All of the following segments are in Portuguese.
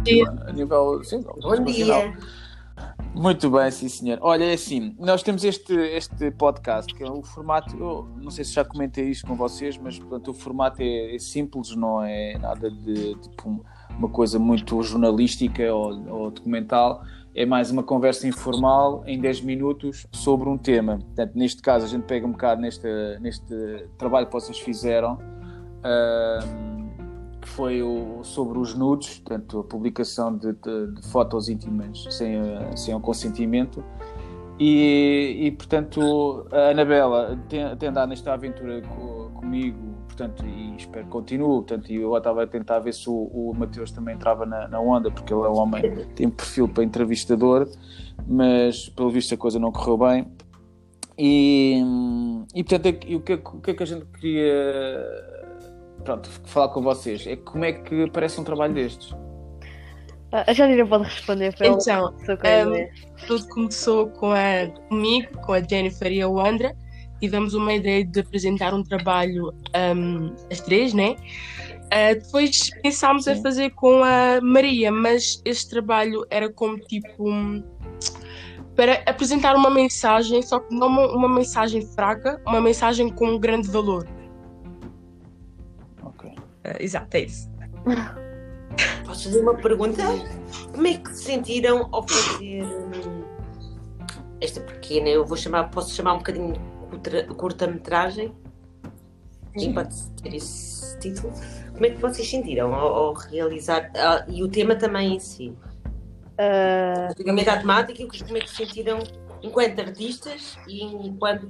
a nível sim, Bom dia. Muito bem, sim senhor. Olha, é assim, nós temos este podcast, que é o formato, eu não sei se já comentei isto com vocês, mas portanto, o formato é simples, não é nada de tipo uma coisa muito jornalística ou documental, é mais uma conversa informal em 10 minutos sobre um tema. Portanto, neste caso a gente pega um bocado neste trabalho que vocês fizeram, que foi sobre os nudes, portanto, a publicação de fotos íntimas sem o consentimento. E portanto, a Anabela tem andado nesta aventura comigo, portanto, e espero que continue. Portanto, eu estava a tentar ver se o Mateus também entrava na onda, porque ele é um homem que tem perfil para entrevistador, mas pelo visto a coisa não correu bem. E portanto, o que é que a gente queria falar com vocês? É como é que parece um trabalho destes? A Janira pode responder para ela. Então, tudo começou comigo, com a Jennifer e a Wandra. Tivemos uma ideia de apresentar um trabalho as três, né? Depois pensámos a fazer com a Maria, mas este trabalho era como tipo para apresentar uma mensagem, só que não uma mensagem fraca, uma mensagem com um grande valor. Ok. Exato, é isso. Posso fazer uma pergunta? Como é que se sentiram ao fazer esta pequena, posso chamar um bocadinho curta-metragem? Sim, pode ter esse título. Como é que vocês sentiram ao realizar? E o tema também em si? Relativamente à temática, como é que se sentiram enquanto artistas e enquanto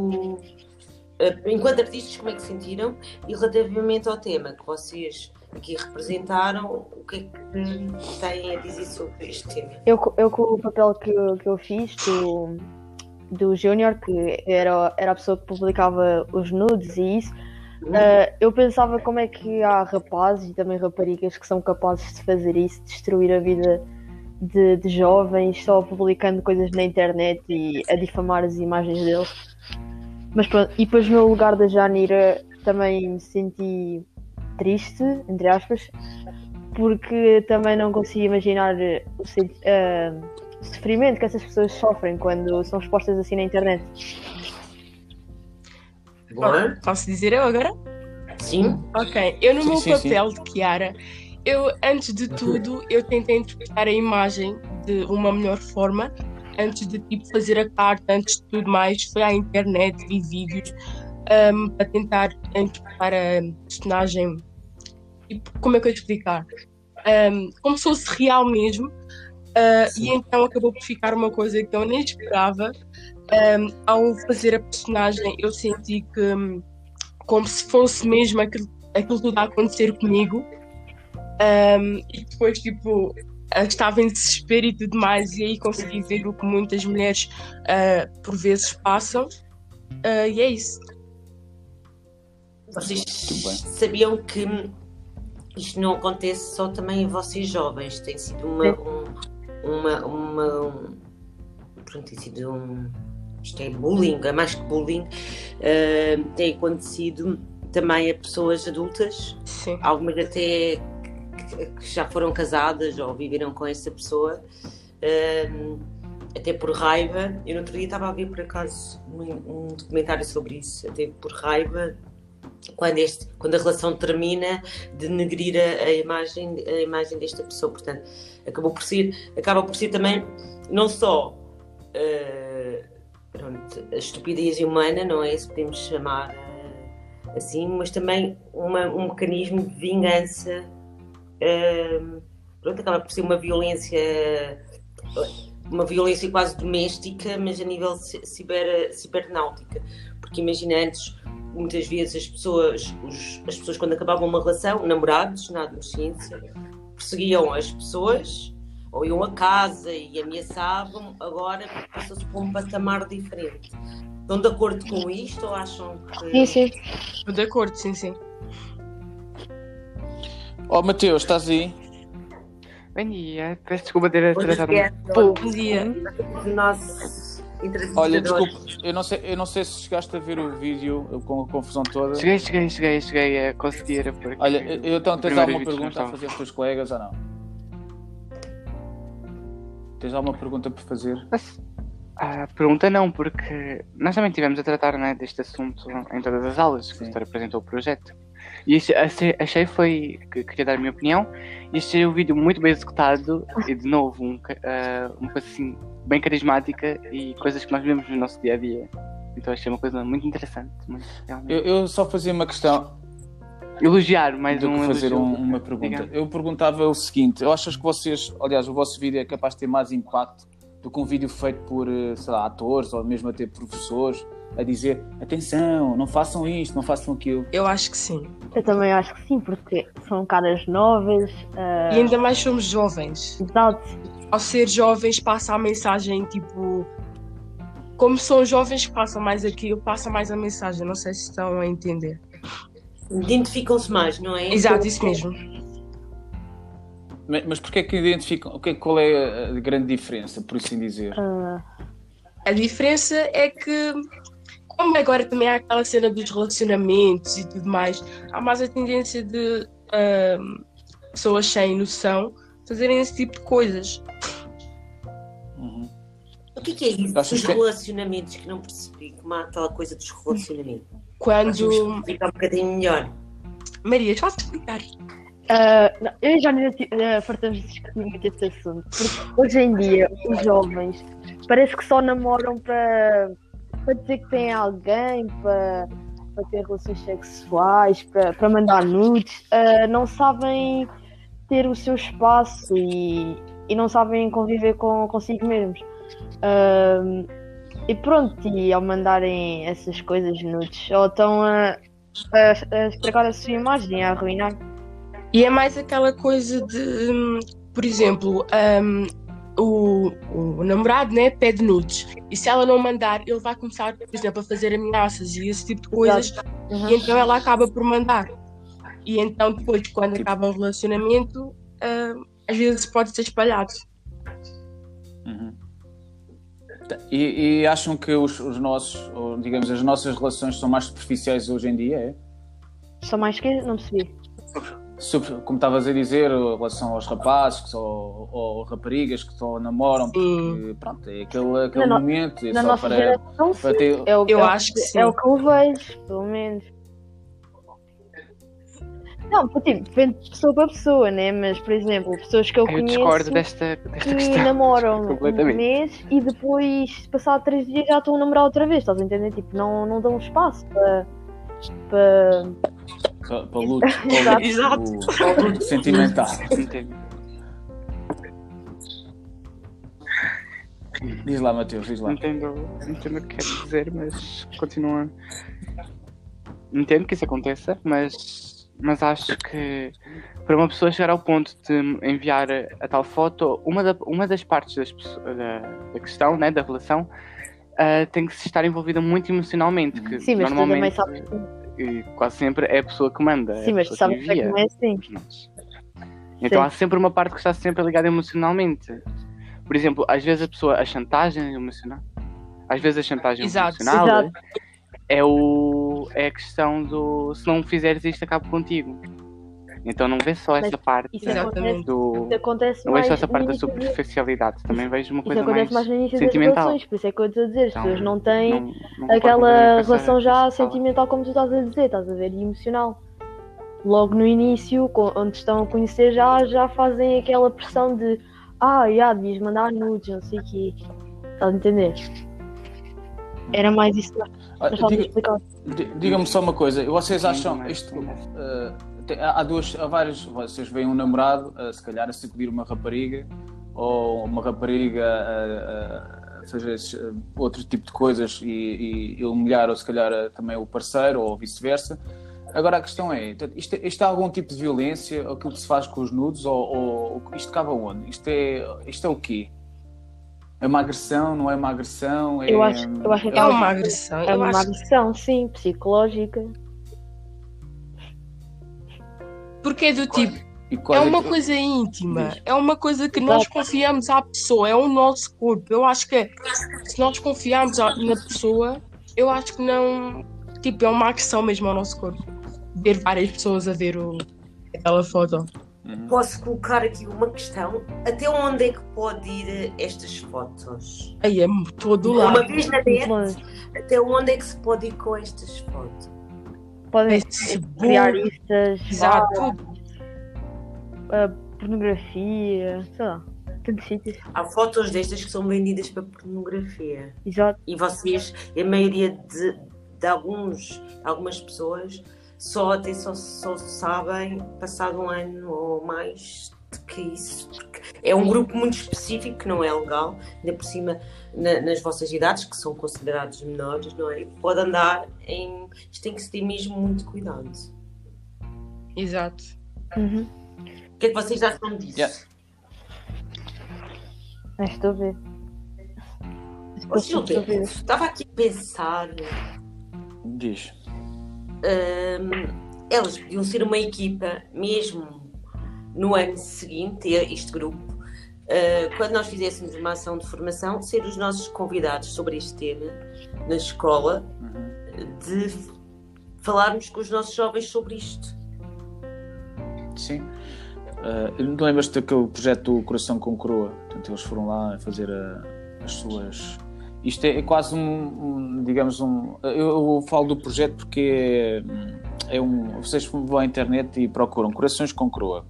artistas, como é que se sentiram? E relativamente ao tema que vocês aqui representaram, o que é que têm a dizer sobre este tema? Eu com o papel que eu fiz do Júnior, que era a pessoa que publicava os nudes e isso, eu pensava como é que há rapazes e também raparigas que são capazes de fazer isso, destruir a vida de jovens só publicando coisas na internet e a difamar as imagens deles. Mas pronto, e depois no lugar da Janira também me senti triste, entre aspas, porque também não consigo imaginar o sofrimento que essas pessoas sofrem quando são expostas assim na internet. Bom, posso dizer eu agora? Sim. Ok, eu no meu papel de Chiara, antes de tudo, eu tentei interpretar a imagem de uma melhor forma. Antes de fazer a carta, antes de tudo mais, foi à internet, vi vídeos para tentar interpretar a personagem. E como é que eu ia explicar? Como se fosse real mesmo. E então acabou por ficar uma coisa que eu nem esperava. Ao fazer a personagem, eu senti que como se fosse mesmo aquilo tudo a acontecer comigo. E depois, estava em desespero e tudo mais, e aí consegui ver o que muitas mulheres por vezes passam. E é isso. Vocês sabiam que isto não acontece só também a vocês jovens? Tem sido isto é bullying, é mais que bullying. Tem acontecido também a pessoas adultas. Sim. Algumas até que já foram casadas ou viveram com essa pessoa, até por raiva. Eu no outro dia estava a ver por acaso um documentário sobre isso, até por raiva, quando a relação termina, de denegrir a imagem desta pessoa. Portanto, acaba por ser também não só a estupidez humana, não é? Se podemos chamar assim, mas também um mecanismo de vingança. Acaba por ser uma violência quase doméstica, mas a nível cibernáutica, porque imagina, antes muitas vezes as pessoas quando acabavam uma relação, namorados na adolescência, perseguiam as pessoas ou iam a casa e ameaçavam. Agora passou-se por um patamar diferente. Estão de acordo com isto ou acham que... Sim. Estou de acordo, sim. Mateus, estás aí? Bom dia, peço desculpa ter atrasado um pouco. Bom dia. Olha, desculpa, eu não sei se chegaste a ver o vídeo com a confusão toda. Cheguei a conseguir. Olha, eu então tens alguma pergunta a fazer aos teus colegas ou não? Tens alguma pergunta para fazer? A pergunta não, porque nós também estivemos a tratar, né, deste assunto em todas as aulas que o Vitor apresentou o projeto. E achei foi, que queria dar a minha opinião, e achei o vídeo muito bem executado e de novo uma coisa assim bem carismática e coisas que nós vemos no nosso dia a dia. Então achei uma coisa muito interessante. Eu só fazia uma questão. Elogiar mais do que fazer elogio. uma pergunta. Diga. Eu perguntava o seguinte: eu achas que vocês, aliás, o vosso vídeo é capaz de ter mais impacto do que um vídeo feito por, sei lá, atores ou mesmo até professores a dizer atenção, não façam isto, não façam aquilo? Eu acho que sim. Eu também acho que sim, porque são caras novas. E ainda mais somos jovens. Exato. Ao ser jovens, passa a mensagem, tipo... Como são jovens, passam mais aquilo, passa mais a mensagem. Não sei se estão a entender. Identificam-se mais, não é? Exato, isso mesmo. Mas porquê é que identificam? Qual é a grande diferença, por assim dizer? A diferença é que, como agora também há aquela cena dos relacionamentos e tudo mais, há mais a tendência de pessoas sem noção fazerem esse tipo de coisas. O que é isso dos relacionamentos que não percebi? Como há aquela coisa dos relacionamentos? Quando... Fica um bocadinho melhor. Maria, posso explicar? Não, eu já fartamos de discutir muito este assunto, porque hoje em dia os jovens parece que só namoram para dizer que têm alguém, para ter relações sexuais, para mandar nudes, não sabem ter o seu espaço e não sabem conviver consigo mesmos. E pronto, e ao mandarem essas coisas nudes, só estão a estragar a sua imagem, a arruinar. E é mais aquela coisa de, por exemplo, o namorado, né, pede nudes. E se ela não mandar, ele vai começar, por exemplo, a fazer ameaças e esse tipo de coisas. E então ela acaba por mandar. E então depois, quando acaba o relacionamento, às vezes pode ser espalhado. E acham que os nossos, ou, digamos, as nossas relações são mais superficiais hoje em dia, é? São mais que? Não percebi. Como estavas a dizer, em relação aos rapazes ou raparigas que só namoram, porque pronto, é aquele momento. É na só nossa geração, sim. ter... Eu acho que sim. É o que eu vejo, pelo menos. Não, tipo, depende de pessoa para pessoa, né? Mas, por exemplo, pessoas que eu conheço discordo desta que questão. namoram um mês e depois, passado 3 dias, já estão a namorar outra vez, estás a entender? Tipo, não dão espaço para luto, para luto sentimental. Diz lá, Mateus, diz lá. Entendo o que queres dizer, mas continua. Entendo que isso aconteça, mas acho que para uma pessoa chegar ao ponto de enviar a tal foto, uma das partes da questão, né, da relação, tem que estar envolvida muito emocionalmente. Que sim, mas normalmente, tu também sabes. E quase sempre é a pessoa que manda. Sim, mas tu sabes que não é assim. Então há sempre uma parte que está sempre ligada emocionalmente. Por exemplo, às vezes a chantagem emocional. Às vezes a chantagem emocional. Exato. É a questão do se não fizeres isto, acabo contigo. Então não vê só essa parte acontece não mais vejo só essa parte da superficialidade, também vejo uma coisa mais mais no início sentimental. Das relações, por isso é que eu estou a dizer, as Então, pessoas não têm não aquela relação já sentimental como tu estás a dizer, estás a ver, e emocional. Logo no início, onde estão a conhecer, já fazem aquela pressão de devias mandar nudes, não sei o quê. Estás a entender? Era mais isso que nós estávamos a explicar. Diga-me só uma coisa, vocês acham isto? Há vários. Vocês veem um namorado, se calhar, a sacudir uma rapariga, ou uma rapariga a fazer outro tipo de coisas e humilhar, ou se calhar também o parceiro, ou vice-versa. Agora a questão é, isto é algum tipo de violência, aquilo que se faz com os nudes, ou isto cabe aonde? Isto é o quê? É uma agressão, não é uma agressão? Eu acho que é uma agressão. É uma agressão, sim, psicológica. Porque é do tipo, é uma coisa íntima, é uma coisa que nós confiamos à pessoa, é o nosso corpo. Eu acho que se nós confiarmos na pessoa, eu acho que não, tipo, é uma agressão mesmo ao nosso corpo. Ver várias pessoas a ver aquela foto. posso colocar aqui uma questão. Até onde é que pode ir estas fotos? Aí é todo lado. Uma vez na net, até onde é que se pode ir com estas fotos? Podem criar listas, Exato. pornografia, sei lá, tantos sítios. Há fotos destas que são vendidas para pornografia. Exato. E vocês, a maioria de algumas pessoas, só sabem, passado um ano ou mais, de que isso. Porque é um grupo muito específico que não é legal, ainda por cima nas vossas idades, que são considerados menores, não é? Pode andar em. Isto tem que se ter mesmo muito cuidado. Exato. Uhum. O que é que vocês acham disso? Yeah. Estou a ver. Estava aqui a pensar. Diz. Elas podiam ser uma equipa mesmo no ano seguinte, este grupo, quando nós fizéssemos uma ação de formação, ser os nossos convidados sobre este tema na escola, de falarmos com os nossos jovens sobre isto. Sim. Não lembras daquele projeto do Coração com Coroa? Portanto, eles foram lá fazer as suas... Isto é quase digamos eu falo do projeto porque vocês vão à internet e procuram Corações com Coroa.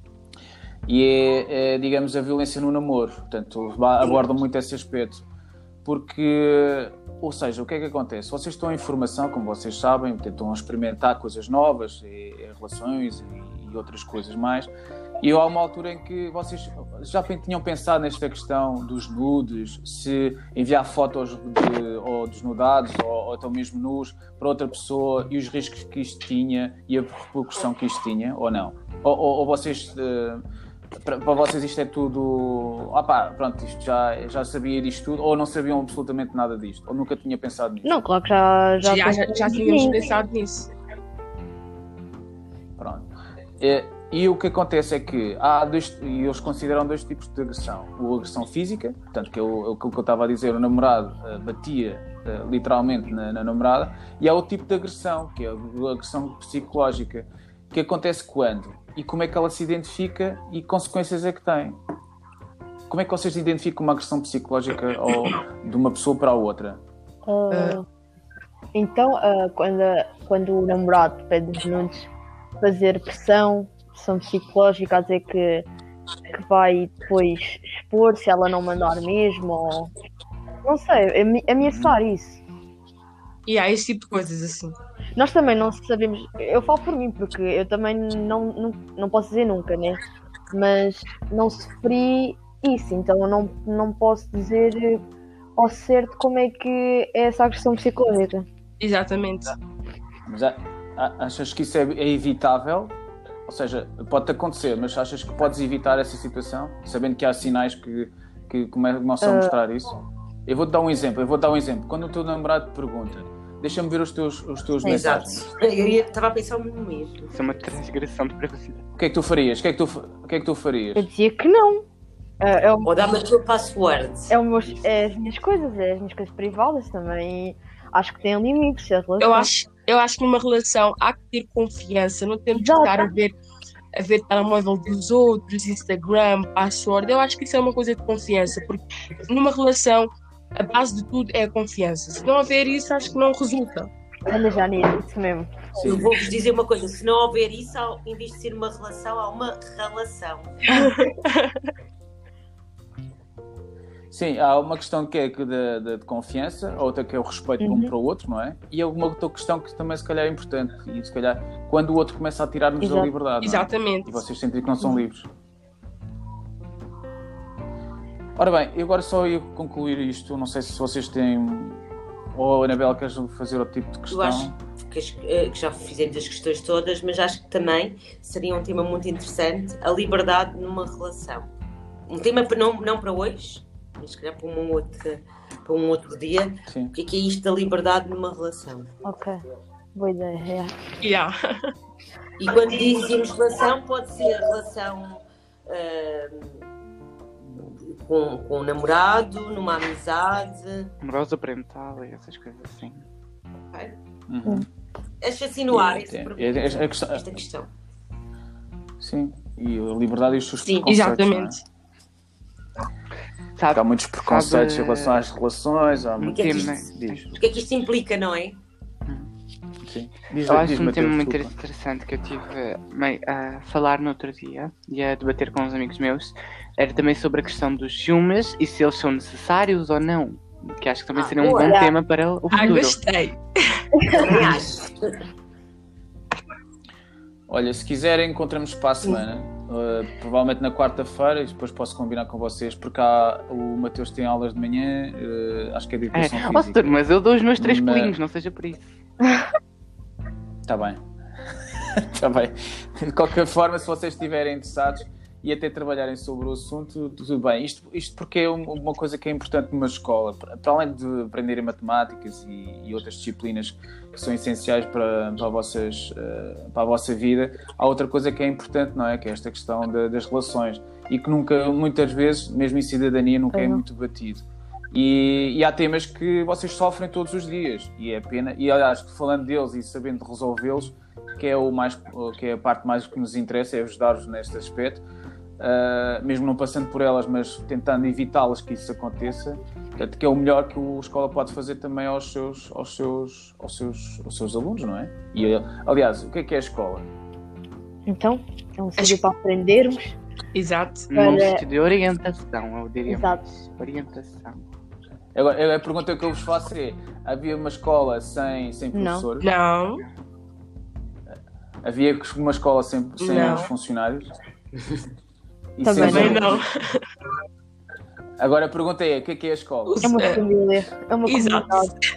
E digamos, a violência no namoro. Portanto, abordam muito esse aspecto. Porque, ou seja, o que é que acontece? Vocês estão em formação, como vocês sabem, tentam experimentar coisas novas, relações e outras coisas mais. E há uma altura em que vocês já tinham pensado nesta questão dos nudes, se enviar fotos ou desnudados ou até mesmo nus para outra pessoa e os riscos que isto tinha e a repercussão que isto tinha, ou não? Ou vocês... Para vocês isto é tudo... pronto, isto já sabia disto tudo, ou não sabiam absolutamente nada disto, ou nunca tinha pensado nisso? Não, claro que já tínhamos pensado nisso. Pronto. E o que acontece é que e eles consideram dois tipos de agressão. A agressão física, portanto, que é o que eu estava a dizer, o namorado batia literalmente na namorada, e há outro tipo de agressão, que é a agressão psicológica, que acontece quando? E como é que ela se identifica e que consequências é que tem? Como é que vocês identificam uma agressão psicológica de uma pessoa para a outra? Então, quando o namorado pede-nos nudes, fazer pressão psicológica, a dizer que vai depois expor se ela não mandar mesmo, ou não sei, ameaçar isso. E há esse tipo de coisas assim. Nós também não sabemos, eu falo por mim, porque eu também não posso dizer nunca, né? Mas não sofri isso, então eu não posso dizer ao certo como é que é essa agressão psicológica. Exatamente. Mas achas que isso é evitável? Ou seja, pode acontecer, mas achas que podes evitar essa situação, sabendo que há sinais que começam a mostrar isso? Eu vou-te dar um exemplo. Quando o teu namorado te pergunta, deixa-me ver os teus mensagens. Exato. Eu estava a pensar no mesmo. Isso é uma transgressão de privacidade. O que é que tu farias? Eu dizia que não. Ou dá-me a tua password. É as minhas coisas privadas também. Acho que tem limites. Eu acho que numa relação há que ter confiança, não temos que estar a ver telemóvel dos outros, Instagram, password. Eu acho que isso é uma coisa de confiança, porque numa relação a base de tudo é a confiança. Se não houver isso, acho que não resulta. Anda já nisso, isso mesmo. Eu vou-vos dizer uma coisa: se não houver isso, em vez de ser uma relação, há uma relação. Sim, há uma questão que é de confiança, a outra que é o respeito um para o outro, não é? E há uma outra questão que também se calhar é importante, e se calhar quando o outro começa a tirar-nos da liberdade. Exatamente. Não é? E vocês sentem que não são livres. Ora bem, eu agora só ia concluir isto, não sei se vocês têm, ou a Anabela queres fazer outro tipo de questão. Eu acho que já fizemos as questões todas, mas acho que também seria um tema muito interessante, a liberdade numa relação. Um tema não para hoje, mas se calhar para um outro dia. Sim. O que é isto da liberdade numa relação? Ok, boa ideia. Yeah. E quando dizemos relação, pode ser relação com um namorado, numa amizade. Amorosa, parental e essas coisas assim. Okay? Uhum. Deixa-se no ar esta questão. Sim. E a liberdade e os seus Sim, preconceitos. Exatamente. Porque há muitos preconceitos em relação às relações. Há O muito... que é que tema, isto, Diz. o que é que isto implica, não é? Sim. Diz, Eu acho diz, um Mateus, tema muito desculpa. interessante que eu tive a falar no outro dia e a debater com uns amigos meus. Era também sobre a questão dos ciúmes e se eles são necessários ou não. Que acho que também seria um boa. bom tema para o futuro. Gostei. Também acho. Olha, se quiserem, encontramos para a semana. Provavelmente na quarta-feira, e depois posso combinar com vocês, porque o Mateus tem aulas de manhã, acho que é de educação Ó, física. Setor, mas eu dou os meus 3 Mas- pulinhos, não seja por isso. Está bem. Está bem. De qualquer forma, se vocês estiverem interessados e até trabalharem sobre o assunto, tudo bem. Isto porque é uma coisa que é importante numa escola. Para além de aprenderem matemáticas e outras disciplinas que são essenciais para a vossa vida, há outra coisa que é importante, não é? Que é esta questão das relações. E que muitas vezes, mesmo em cidadania, nunca é muito batido. E há temas que vocês sofrem todos os dias e é pena, e aliás, falando deles e sabendo resolvê-los, que é a parte mais que nos interessa, é ajudar-vos neste aspecto, mesmo não passando por elas, mas tentando evitá-las que isso aconteça. Portanto, que é o melhor que a escola pode fazer também aos seus alunos, não é? E aliás, o que é a escola? Então, é um sítio para aprendermos. Exato. Num Para- sítio de orientação, eu diria. Exato. Orientação. Agora, a pergunta que eu vos faço é: havia uma escola sem Não. professores? Não. Havia uma escola sem Não. os funcionários? E Também sem- Também não. Agora a pergunta é: o que é a escola? É uma família, é uma Exato. comunidade.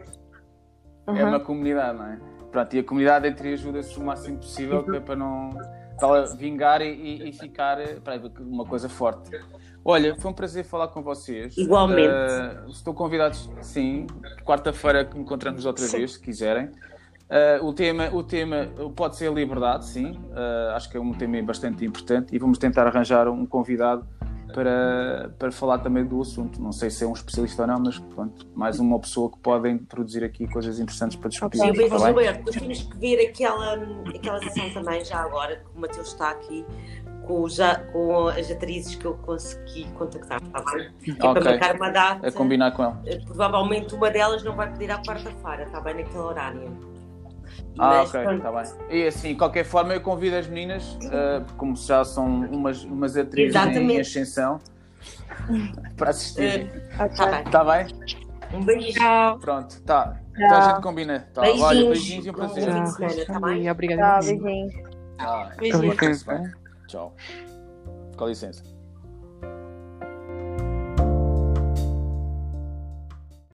É Aham. uma comunidade, não é? Pronto, e a comunidade entre ajuda-se o máximo possível que é para não para ela vingar e ficar uma coisa forte. Olha, foi um prazer falar com vocês. Igualmente. Estou convidados, sim, quarta-feira que encontramos outra vez, se quiserem. O tema pode ser a liberdade, sim. Acho que é um tema bastante importante e vamos tentar arranjar um convidado para falar também do assunto. Não sei se é um especialista ou não, mas pronto, mais uma pessoa que pode introduzir aqui coisas interessantes para discutir. Sim, Ok. mas Está bem? Roberto, depois temos que ver aquela sessão também, já agora, que o Mateus está aqui, com as atrizes que eu consegui contactar, está bem? Que é para Ok. marcar uma data. A combinar com ele. Provavelmente uma delas não vai poder à quarta-feira, está bem naquele horário. Ah, Mas, ok, pronto, está bem. E assim, de qualquer forma, eu convido as meninas, como já são umas atrizes em Exatamente. ascensão, para assistirem. Está bem. Está bem? Um beijo. Tchau. Pronto, tá. Então a gente combina. Tá. Beijinhos. Olha, beijinhos e um Bom prazer. fim de semana, está bem? E obrigado. Tá, beijinho. Ah, Beijinhos. Com licença. tchau. Com licença.